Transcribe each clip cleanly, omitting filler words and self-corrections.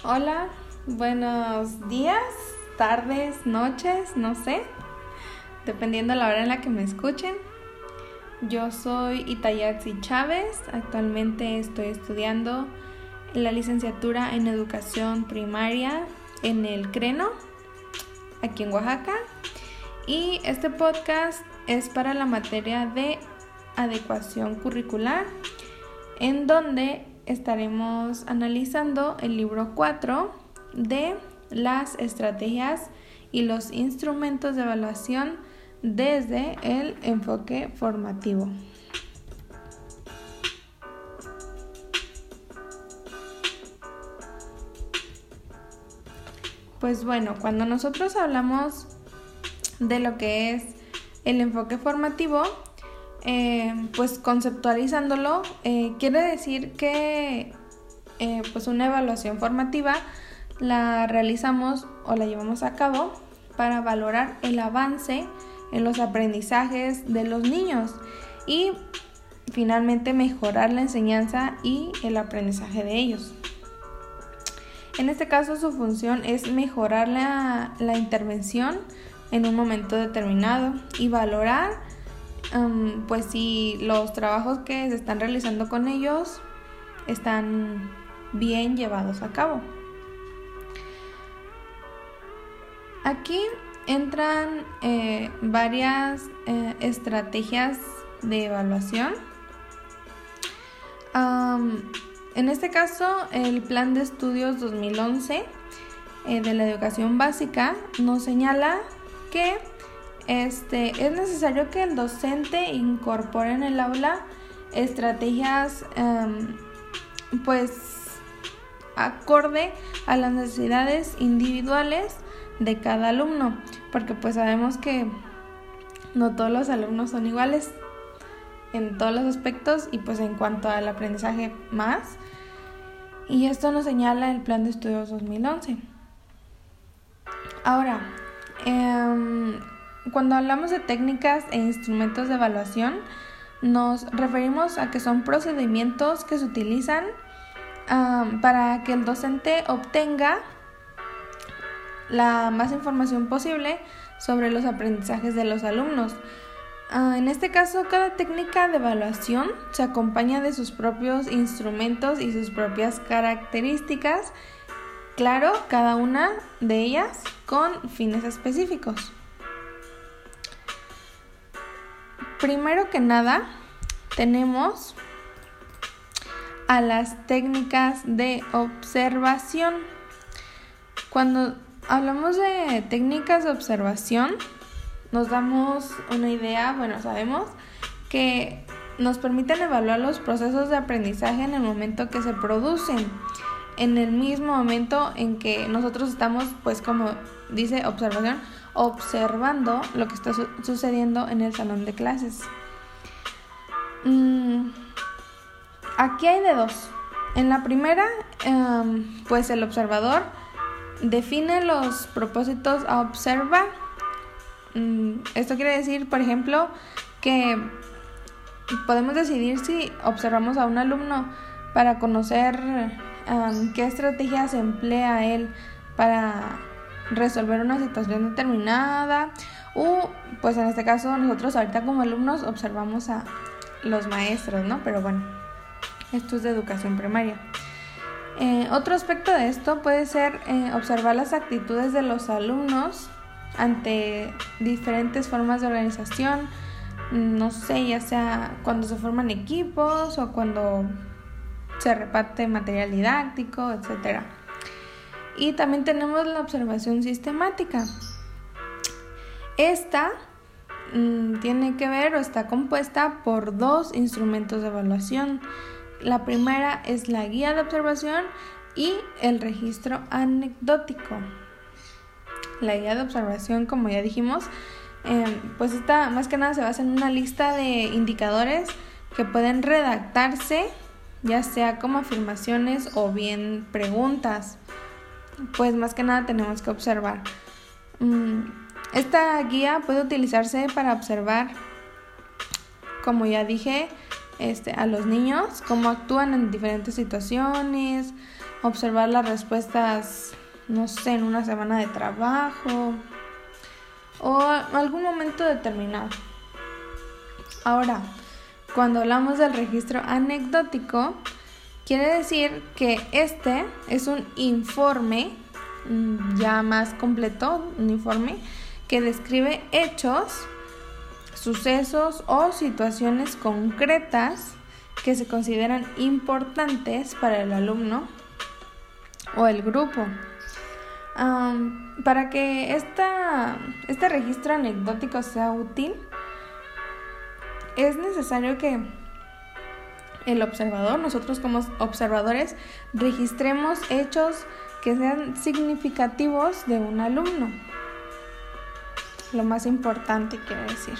Hola, buenos días, tardes, noches, no sé, dependiendo de la hora en la que me escuchen. Yo soy Itayatsi Chávez, actualmente estoy estudiando la licenciatura en Educación Primaria en el CRENO, aquí en Oaxaca, y este podcast es para la materia de adecuación curricular, en donde estaremos analizando el libro 4 de las estrategias y los instrumentos de evaluación desde el enfoque formativo. Pues bueno, cuando nosotros hablamos de lo que es el enfoque formativo, pues conceptualizándolo, quiere decir que pues una evaluación formativa la realizamos o la llevamos a cabo para valorar el avance en los aprendizajes de los niños y finalmente mejorar la enseñanza y el aprendizaje de ellos. En este caso, su función es mejorar la intervención en un momento determinado y valorar pues si los trabajos que se están realizando con ellos están bien llevados a cabo. Aquí entran varias estrategias de evaluación. En este caso, el Plan de Estudios 2011 de la Educación Básica nos señala que es necesario que el docente incorpore en el aula estrategias pues acorde a las necesidades individuales de cada alumno, porque pues sabemos que no todos los alumnos son iguales en todos los aspectos y pues en cuanto al aprendizaje más, y esto nos señala el Plan de Estudios 2011. Ahora, cuando hablamos de técnicas e instrumentos de evaluación, nos referimos a que son procedimientos que se utilizan para que el docente obtenga la más información posible sobre los aprendizajes de los alumnos. En este caso, cada técnica de evaluación se acompaña de sus propios instrumentos y sus propias características, claro, cada una de ellas con fines específicos. Primero que nada, tenemos a las técnicas de observación. Cuando hablamos de técnicas de observación, nos damos una idea, sabemos que nos permiten evaluar los procesos de aprendizaje en el momento que se producen, en el mismo momento en que nosotros estamos, pues como dice observación, observando lo que está sucediendo en el salón de clases. Aquí hay de dos. En la primera, pues el observador define los propósitos a observar. Esto quiere decir, por ejemplo, que podemos decidir si observamos a un alumno para conocer qué estrategias emplea él para resolver una situación determinada, o pues en este caso nosotros ahorita como alumnos observamos a los maestros, ¿no? Pero bueno, esto es de educación primaria. Otro aspecto de esto puede ser observar las actitudes de los alumnos ante diferentes formas de organización, no sé, ya sea cuando se forman equipos o cuando se reparte material didáctico, etcétera. Y también tenemos la observación sistemática. Esta tiene que ver o está compuesta por dos instrumentos de evaluación. La primera es la guía de observación y el registro anecdótico. La guía de observación, como ya dijimos, pues esta más que nada se basa en una lista de indicadores que pueden redactarse ya sea como afirmaciones o bien preguntas. Pues más que nada tenemos que observar. Esta guía puede utilizarse para observar, como ya dije, a los niños, cómo actúan en diferentes situaciones, observar las respuestas, no sé, en una semana de trabajo o algún momento determinado. Ahora, cuando hablamos del registro anecdótico, quiere decir que este es un informe ya más completo, un informe que describe hechos, sucesos o situaciones concretas que se consideran importantes para el alumno o el grupo. Para que este registro anecdótico sea útil, es necesario que el observador, nosotros como observadores, registremos hechos que sean significativos de un alumno. Lo más importante, quiero decir.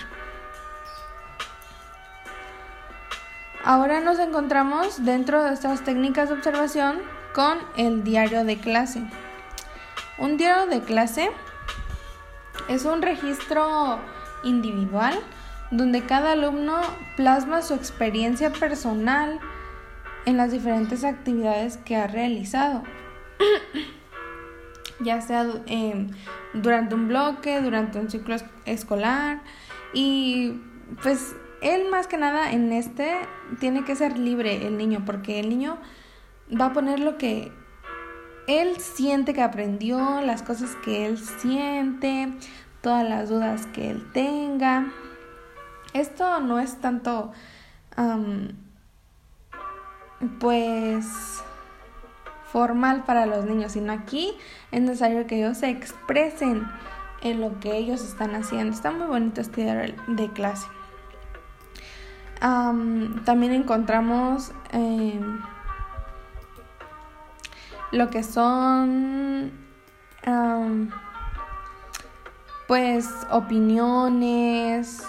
Ahora nos encontramos dentro de estas técnicas de observación con el diario de clase. Un diario de clase es un registro individual donde cada alumno plasma su experiencia personal en las diferentes actividades que ha realizado, ya sea durante un bloque, durante un ciclo escolar, y pues él más que nada tiene que ser libre el niño, porque el niño va a poner lo que él siente que aprendió, las cosas que él siente, todas las dudas que él tenga. Esto no es tanto, pues, formal para los niños, sino aquí es necesario que ellos se expresen en lo que ellos están haciendo. Está muy bonito este diario de clase. También encontramos lo que son pues opiniones,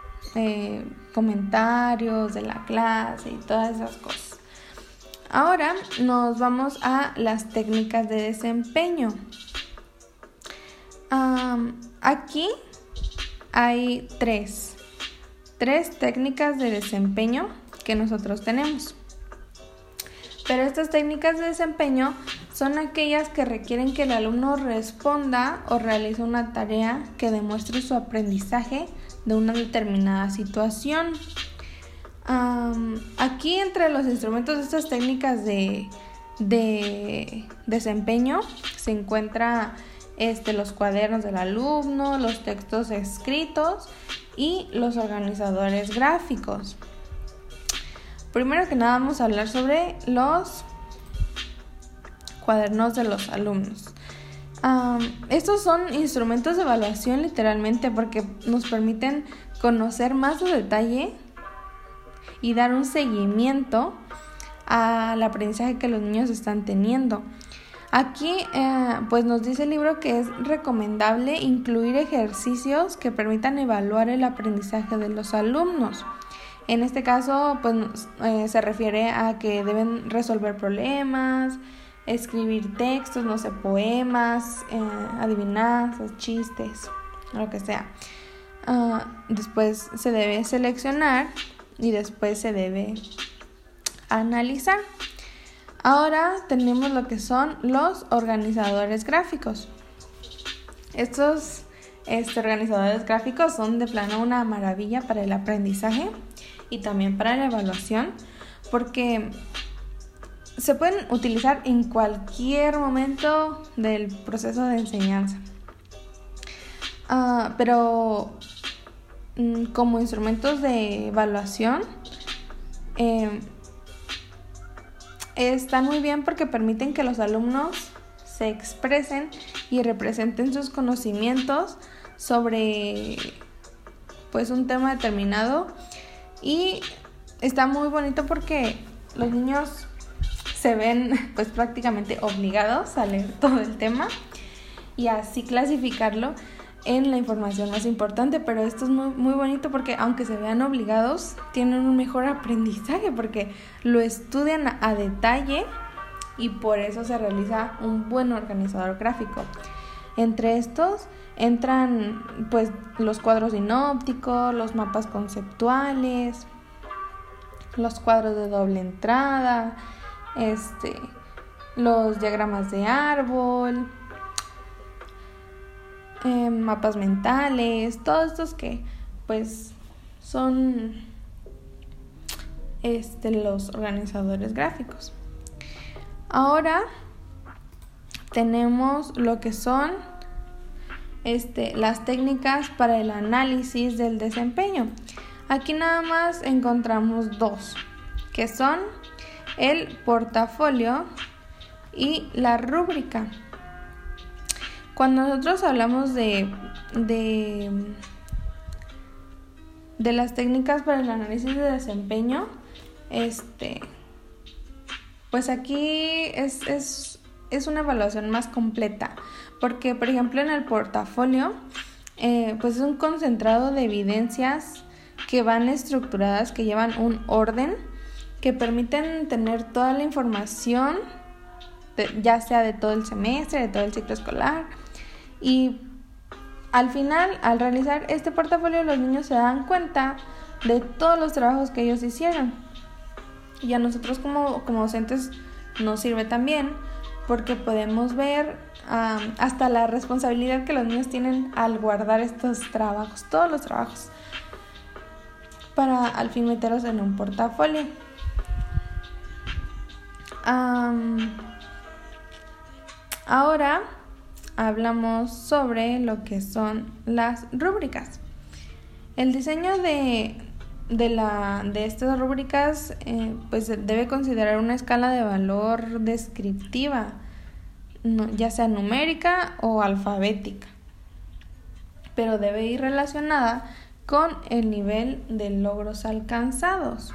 comentarios de la clase y todas esas cosas. Ahora nos vamos a las técnicas de desempeño. Aquí hay tres técnicas de desempeño que nosotros tenemos. Pero estas técnicas de desempeño son aquellas que requieren que el alumno responda o realice una tarea que demuestre su aprendizaje de una determinada situación. Aquí entre los instrumentos de estas técnicas de desempeño se encuentra los cuadernos del alumno, los textos escritos y los organizadores gráficos. Primero que nada vamos a hablar sobre los cuadernos de los alumnos. Estos son instrumentos de evaluación literalmente porque nos permiten conocer más de detalle y dar un seguimiento al aprendizaje que los niños están teniendo. Aquí pues nos dice el libro que es recomendable incluir ejercicios que permitan evaluar el aprendizaje de los alumnos. En este caso pues se refiere a que deben resolver problemas, escribir textos, no sé, poemas, adivinanzas, chistes, lo que sea. Después se debe seleccionar y después se debe analizar. Ahora tenemos lo que son los organizadores gráficos. Estos organizadores gráficos son de plano una maravilla para el aprendizaje y también para la evaluación, porque se pueden utilizar en cualquier momento del proceso de enseñanza. Pero como instrumentos de evaluación están muy bien porque permiten que los alumnos se expresen y representen sus conocimientos sobre pues un tema determinado, y está muy bonito porque los niños se ven pues prácticamente obligados a leer todo el tema y así clasificarlo en la información más importante. Pero esto es muy, muy bonito porque aunque se vean obligados, tienen un mejor aprendizaje porque lo estudian a detalle y por eso se realiza un buen organizador gráfico. Entre estos entran pues los cuadros sinópticos, los mapas conceptuales, los cuadros de doble entrada, los diagramas de árbol, mapas mentales, todos estos que pues son los organizadores gráficos. Ahora tenemos lo que son las técnicas para el análisis del desempeño. Aquí nada más encontramos dos, que son el portafolio y la rúbrica. Cuando nosotros hablamos de las técnicas para el análisis de desempeño, pues aquí es una evaluación más completa, porque por ejemplo en el portafolio pues es un concentrado de evidencias que van estructuradas, que llevan un orden, que permiten tener toda la información, ya sea de todo el semestre, de todo el ciclo escolar, y al final, al realizar este portafolio, los niños se dan cuenta de todos los trabajos que ellos hicieron. Y a nosotros como docentes nos sirve también, porque podemos ver hasta la responsabilidad que los niños tienen al guardar estos trabajos, todos los trabajos, para al fin meterlos en un portafolio. Ahora hablamos sobre lo que son las rúbricas. El diseño de estas rúbricas pues debe considerar una escala de valor descriptiva, ya sea numérica o alfabética, pero debe ir relacionada con el nivel de logros alcanzados.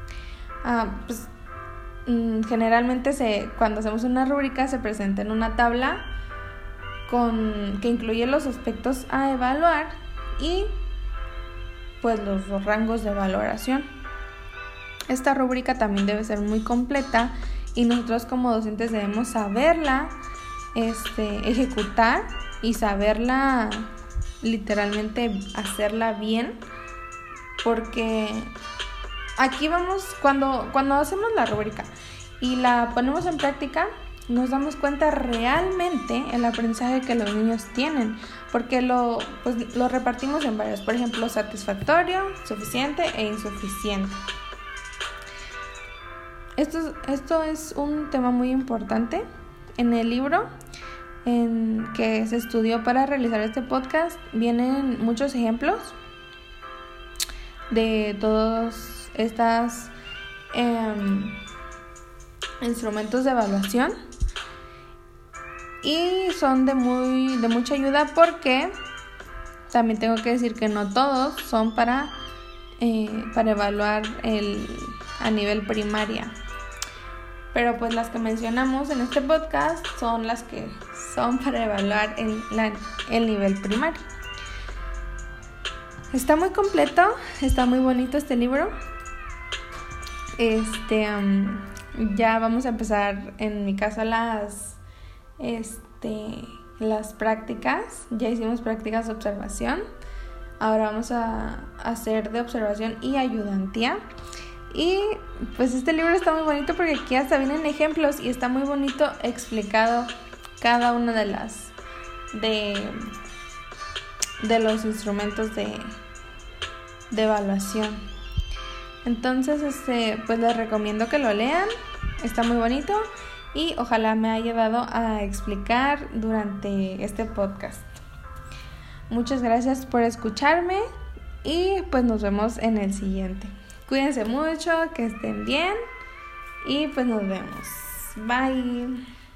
Generalmente cuando hacemos una rúbrica se presenta en una tabla que incluye los aspectos a evaluar y pues los rangos de valoración. Esta rúbrica también debe ser muy completa y nosotros como docentes debemos saberla ejecutar y saberla literalmente hacerla bien, porque aquí vamos, cuando hacemos la rúbrica y la ponemos en práctica, nos damos cuenta realmente el aprendizaje que los niños tienen, porque lo repartimos en varios, por ejemplo, satisfactorio, suficiente e insuficiente. Esto es un tema muy importante. En el libro que se estudió para realizar este podcast vienen muchos ejemplos de todos estos instrumentos de evaluación, y son de mucha ayuda, porque también tengo que decir que no todos son para evaluar a nivel primaria, pero pues las que mencionamos en este podcast son las que son para evaluar el nivel primario. Está muy completo, está muy bonito este libro. Ya vamos a empezar, en mi caso, las prácticas. Ya hicimos prácticas de observación. Ahora vamos a hacer de observación y ayudantía. Y pues este libro está muy bonito porque aquí hasta vienen ejemplos y está muy bonito explicado cada una de los instrumentos de evaluación. Entonces, pues les recomiendo que lo lean. Está muy bonito y ojalá me haya ayudado a explicar durante este podcast. Muchas gracias por escucharme y pues nos vemos en el siguiente. Cuídense mucho, que estén bien y pues nos vemos. Bye.